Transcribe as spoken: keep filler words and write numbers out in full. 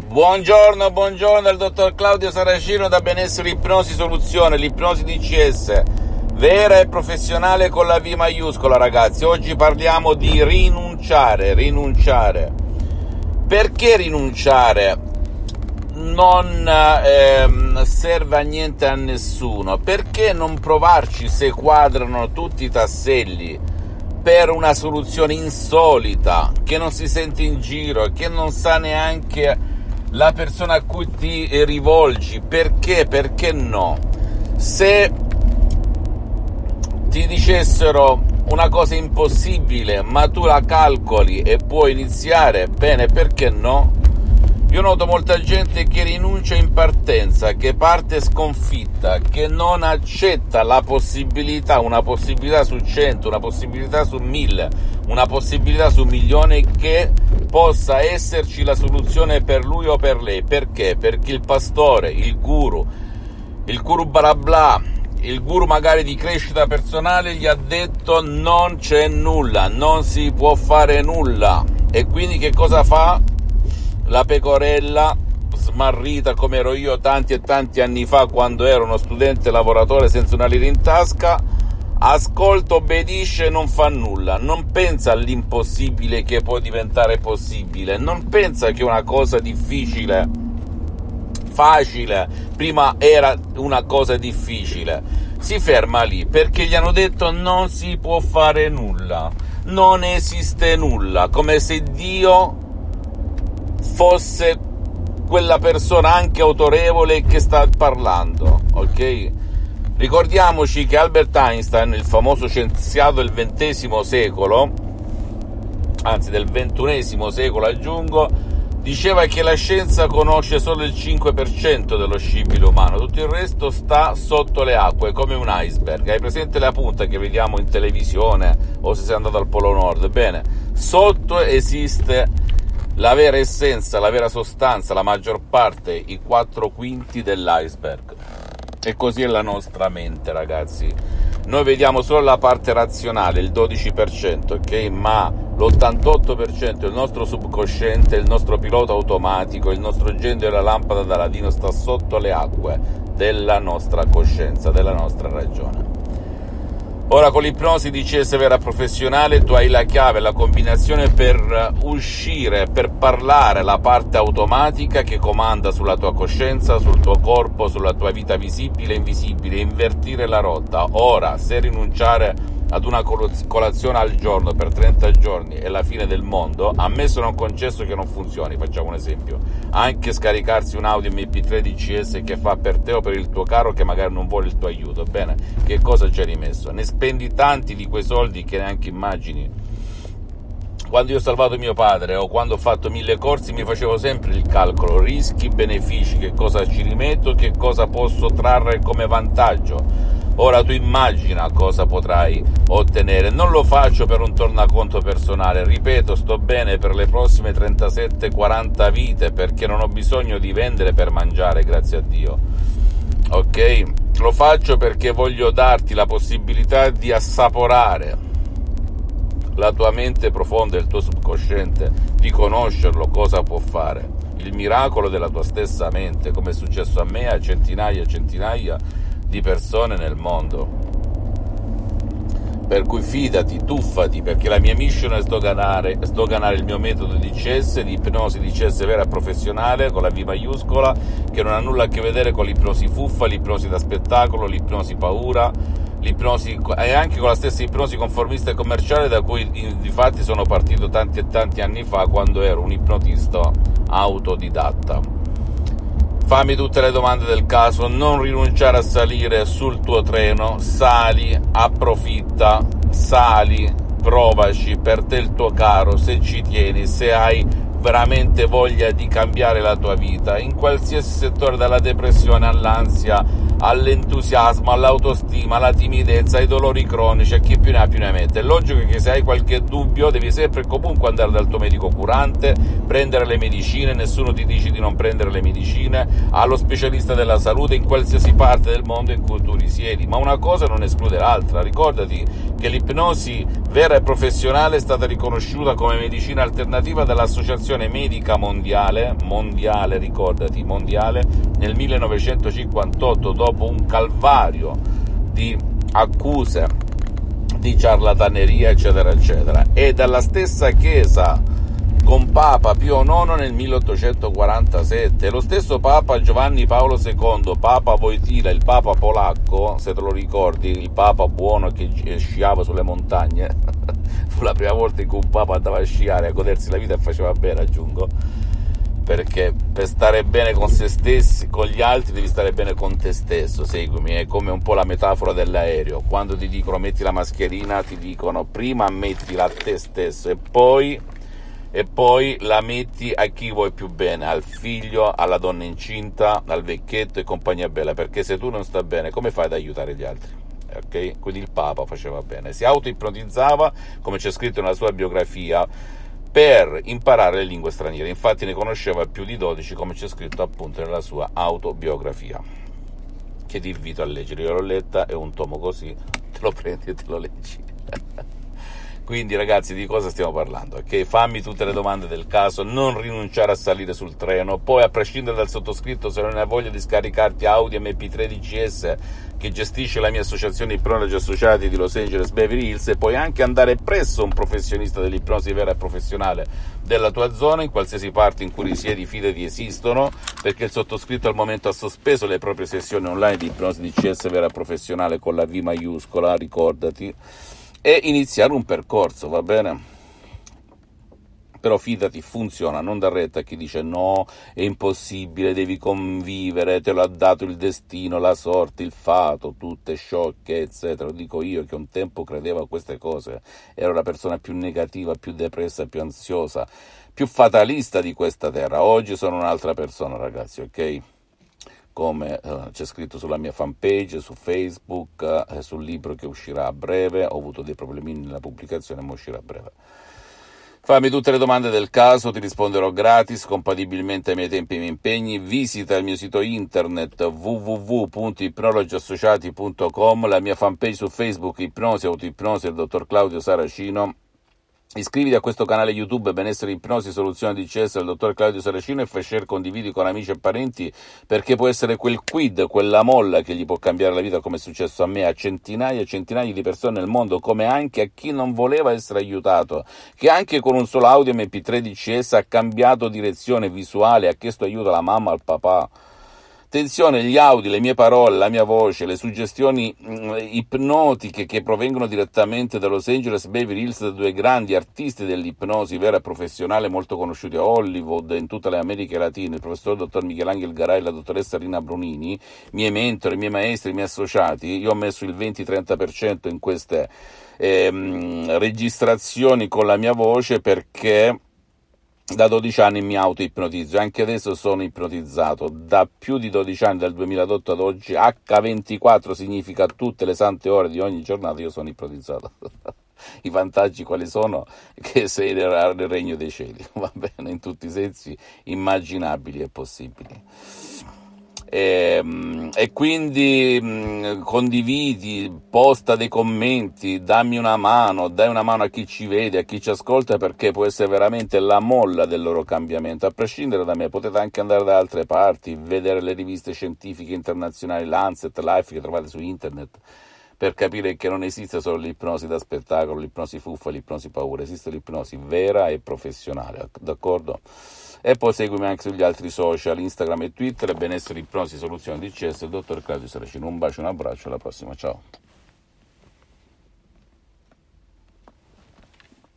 Buongiorno, buongiorno dal dottor Claudio Saracino da Benessere Ipnosi Soluzione, l'ipnosi D C S, vera e professionale con la V maiuscola, ragazzi. Oggi parliamo di rinunciare, rinunciare. Perché rinunciare non ehm, serve a niente a nessuno? Perché non provarci se quadrano tutti i tasselli per una soluzione insolita, che non si sente in giro, che non sa neanche la persona a cui ti rivolgi? Perché? Perché no? Se ti dicessero una cosa impossibile, ma tu la calcoli e puoi iniziare, bene, perché no? Io noto molta gente che rinuncia in partenza, che parte sconfitta, che non accetta la possibilità, una possibilità su cento, una possibilità su mille, una possibilità su milione, che possa esserci la soluzione per lui o per lei. Perché? Perché il pastore, il guru, il guru bla bla, il guru magari di crescita personale gli ha detto non c'è nulla, non si può fare nulla. E quindi che cosa fa? La pecorella smarrita come ero io tanti e tanti anni fa, quando ero uno studente lavoratore senza una lira in tasca, ascolta, obbedisce e non fa nulla. Non pensa all'impossibile che può diventare possibile, non pensa che una cosa difficile, facile, prima era una cosa difficile. Si ferma lì perché gli hanno detto non si può fare nulla, non esiste nulla, come se Dio fosse quella persona anche autorevole che sta parlando, ok? Ricordiamoci che Albert Einstein, il famoso scienziato del ventesimo secolo, anzi del ventunesimo secolo aggiungo, diceva che la scienza conosce solo il cinque per cento dello scibile umano, tutto il resto sta sotto le acque, come un iceberg. Hai presente la punta che vediamo in televisione o se sei andato al Polo Nord? Bene, sotto esiste la vera essenza, la vera sostanza, la maggior parte, i quattro quinti dell'iceberg. E così è la nostra mente, ragazzi. Noi vediamo solo la parte razionale, il dodici per cento, ok? Ma l'ottantotto per cento, il nostro subconsciente, il nostro pilota automatico, il nostro genio della lampada d'Aladino sta sotto le acque della nostra coscienza, della nostra ragione. Ora, con l'ipnosi D C S vera professionale tu hai la chiave, la combinazione per uscire, per parlare la parte automatica che comanda sulla tua coscienza, sul tuo corpo, sulla tua vita visibile e invisibile, invertire la rotta. Ora, se rinunciare ad una colazione al giorno per trenta giorni è la fine del mondo, ammesso non concesso che non funzioni, facciamo un esempio, anche scaricarsi un audio M P tre D C S che fa per te o per il tuo caro che magari non vuole il tuo aiuto, bene, che cosa ci hai rimesso? Ne spendi tanti di quei soldi che neanche immagini. Quando io ho salvato mio padre o quando ho fatto mille corsi mi facevo sempre il calcolo rischi, benefici, che cosa ci rimetto, che cosa posso trarre come vantaggio. Ora tu immagina cosa potrai ottenere. Non lo faccio per un tornaconto personale, ripeto, sto bene per le prossime trentasette quaranta vite, perché non ho bisogno di vendere per mangiare, grazie a Dio, ok? Lo faccio perché voglio darti la possibilità di assaporare la tua mente profonda, il tuo subconsciente, di conoscerlo, cosa può fare, il miracolo della tua stessa mente, come è successo a me e a centinaia e centinaia di persone nel mondo. Per cui fidati, tuffati, perché la mia mission è sdoganare, sdoganare il mio metodo di D C S, di ipnosi D C S vera e professionale, con la V maiuscola, che non ha nulla a che vedere con l'ipnosi fuffa, l'ipnosi da spettacolo, l'ipnosi paura, l'ipnosi, e anche con la stessa ipnosi conformista e commerciale da cui difatti sono partito tanti e tanti anni fa, quando ero un ipnotista autodidatta. Fammi tutte le domande del caso, non rinunciare a salire sul tuo treno, sali, approfitta, sali, provaci, per te il tuo caro, se ci tieni, se hai veramente voglia di cambiare la tua vita, in qualsiasi settore, dalla depressione all'ansia, all'entusiasmo, all'autostima, alla timidezza, ai dolori cronici, a chi più ne ha più ne mette. È logico che se hai qualche dubbio devi sempre e comunque andare dal tuo medico curante, prendere le medicine, nessuno ti dice di non prendere le medicine, allo specialista della salute in qualsiasi parte del mondo in cui tu risiedi, ma una cosa non esclude l'altra. Ricordati che l'ipnosi vera e professionale è stata riconosciuta come medicina alternativa dall'Associazione Medica Mondiale, mondiale, ricordati, mondiale, nel millenovecentocinquantotto, dopo un calvario di accuse di ciarlataneria, eccetera, eccetera, e dalla stessa Chiesa con Papa Pio nono nel milleottocentoquarantasette. Lo stesso Papa Giovanni Paolo secondo, Papa Wojtyla, il Papa polacco, se te lo ricordi, il Papa buono che sciava sulle montagne, fu la prima volta in cui un Papa andava a sciare, a godersi la vita e faceva bene, aggiungo, perché per stare bene con se stessi, con gli altri, devi stare bene con te stesso, seguimi, è come un po' la metafora dell'aereo, quando ti dicono metti la mascherina, ti dicono prima mettila a te stesso e poi... e poi la metti a chi vuoi più bene, al figlio, alla donna incinta, al vecchietto e compagnia bella, perché se tu non stai bene, come fai ad aiutare gli altri? Ok? Quindi il Papa faceva bene, si auto-ipnotizzava, come c'è scritto nella sua biografia, per imparare le lingue straniere, infatti ne conosceva più di dodici, come c'è scritto appunto nella sua autobiografia, che ti invito a leggere. Io l'ho letta, è un tomo così, te lo prendi e te lo leggi. Quindi ragazzi, di cosa stiamo parlando? Che fammi tutte le domande del caso, non rinunciare a salire sul treno, poi a prescindere dal sottoscritto, se non hai voglia di scaricarti Audi M P tre D C S che gestisce la mia associazione Ipnologi Associati di Los Angeles Beverly Hills, e puoi anche andare presso un professionista dell'ipnosi vera e professionale della tua zona, in qualsiasi parte in cui risiedi, fidati, esistono, perché il sottoscritto al momento ha sospeso le proprie sessioni online di ipnosi D C S vera e professionale con la V maiuscola, ricordati, e iniziare un percorso, va bene? Però fidati, funziona, non dar retta a chi dice no, è impossibile, devi convivere, te lo ha dato il destino, la sorte, il fato, tutte sciocchezze, te lo dico io che un tempo credevo a queste cose, ero la persona più negativa, più depressa, più ansiosa, più fatalista di questa terra, oggi sono un'altra persona, ragazzi, ok? Come eh, c'è scritto sulla mia fanpage, su Facebook, eh, sul libro che uscirà a breve, ho avuto dei problemini nella pubblicazione, ma uscirà a breve. Fammi tutte le domande del caso, ti risponderò gratis, compatibilmente ai miei tempi e ai miei impegni. Visita il mio sito internet w w w punto ipnologi associati punto com, la mia fanpage su Facebook, Ipnosi, Autoipnosi, del dottor Claudio Saracino. Iscriviti a questo canale YouTube Benessere Ipnosi Soluzione D C S del dottor Claudio Saracino e fai share, condividi con amici e parenti, perché può essere quel quid, quella molla che gli può cambiare la vita, come è successo a me, a centinaia e centinaia di persone nel mondo, come anche a chi non voleva essere aiutato, che anche con un solo audio M P tre D C S ha cambiato direzione visuale, ha chiesto aiuto alla mamma, al papà. Attenzione, gli audi, le mie parole, la mia voce, le suggestioni mh, ipnotiche che provengono direttamente da Los Angeles Beverly Hills, da due grandi artisti dell'ipnosi vera e professionale molto conosciuti a Hollywood e in tutte le Americhe Latine, il professor dottor Michelangelo Garai e la dottoressa Rina Brunini, miei mentori, miei maestri, miei associati. Io ho messo il venti trenta per cento in queste ehm, registrazioni con la mia voce, perché da dodici anni mi auto-ipnotizzo, anche adesso sono ipnotizzato, da più di dodici anni, dal duemilaotto ad oggi, acca ventiquattro significa tutte le sante ore di ogni giornata io sono ipnotizzato. I vantaggi quali sono? Che sei nel regno dei cieli, va bene, in tutti i sensi immaginabili e possibili. E, e quindi mh, condividi, posta dei commenti, dammi una mano, dai una mano a chi ci vede, a chi ci ascolta, perché può essere veramente la molla del loro cambiamento. A prescindere da me, potete anche andare da altre parti, vedere le riviste scientifiche internazionali, Lancet, Life, che trovate su internet, per capire che non esiste solo l'ipnosi da spettacolo, l'ipnosi fuffa, l'ipnosi paura, esiste l'ipnosi vera e professionale, d'accordo? E poi seguimi anche sugli altri social, Instagram e Twitter, Benessere Ipnosi Soluzione D C S, il dottor Claudio Saracino. Un bacio, un abbraccio, alla prossima, ciao!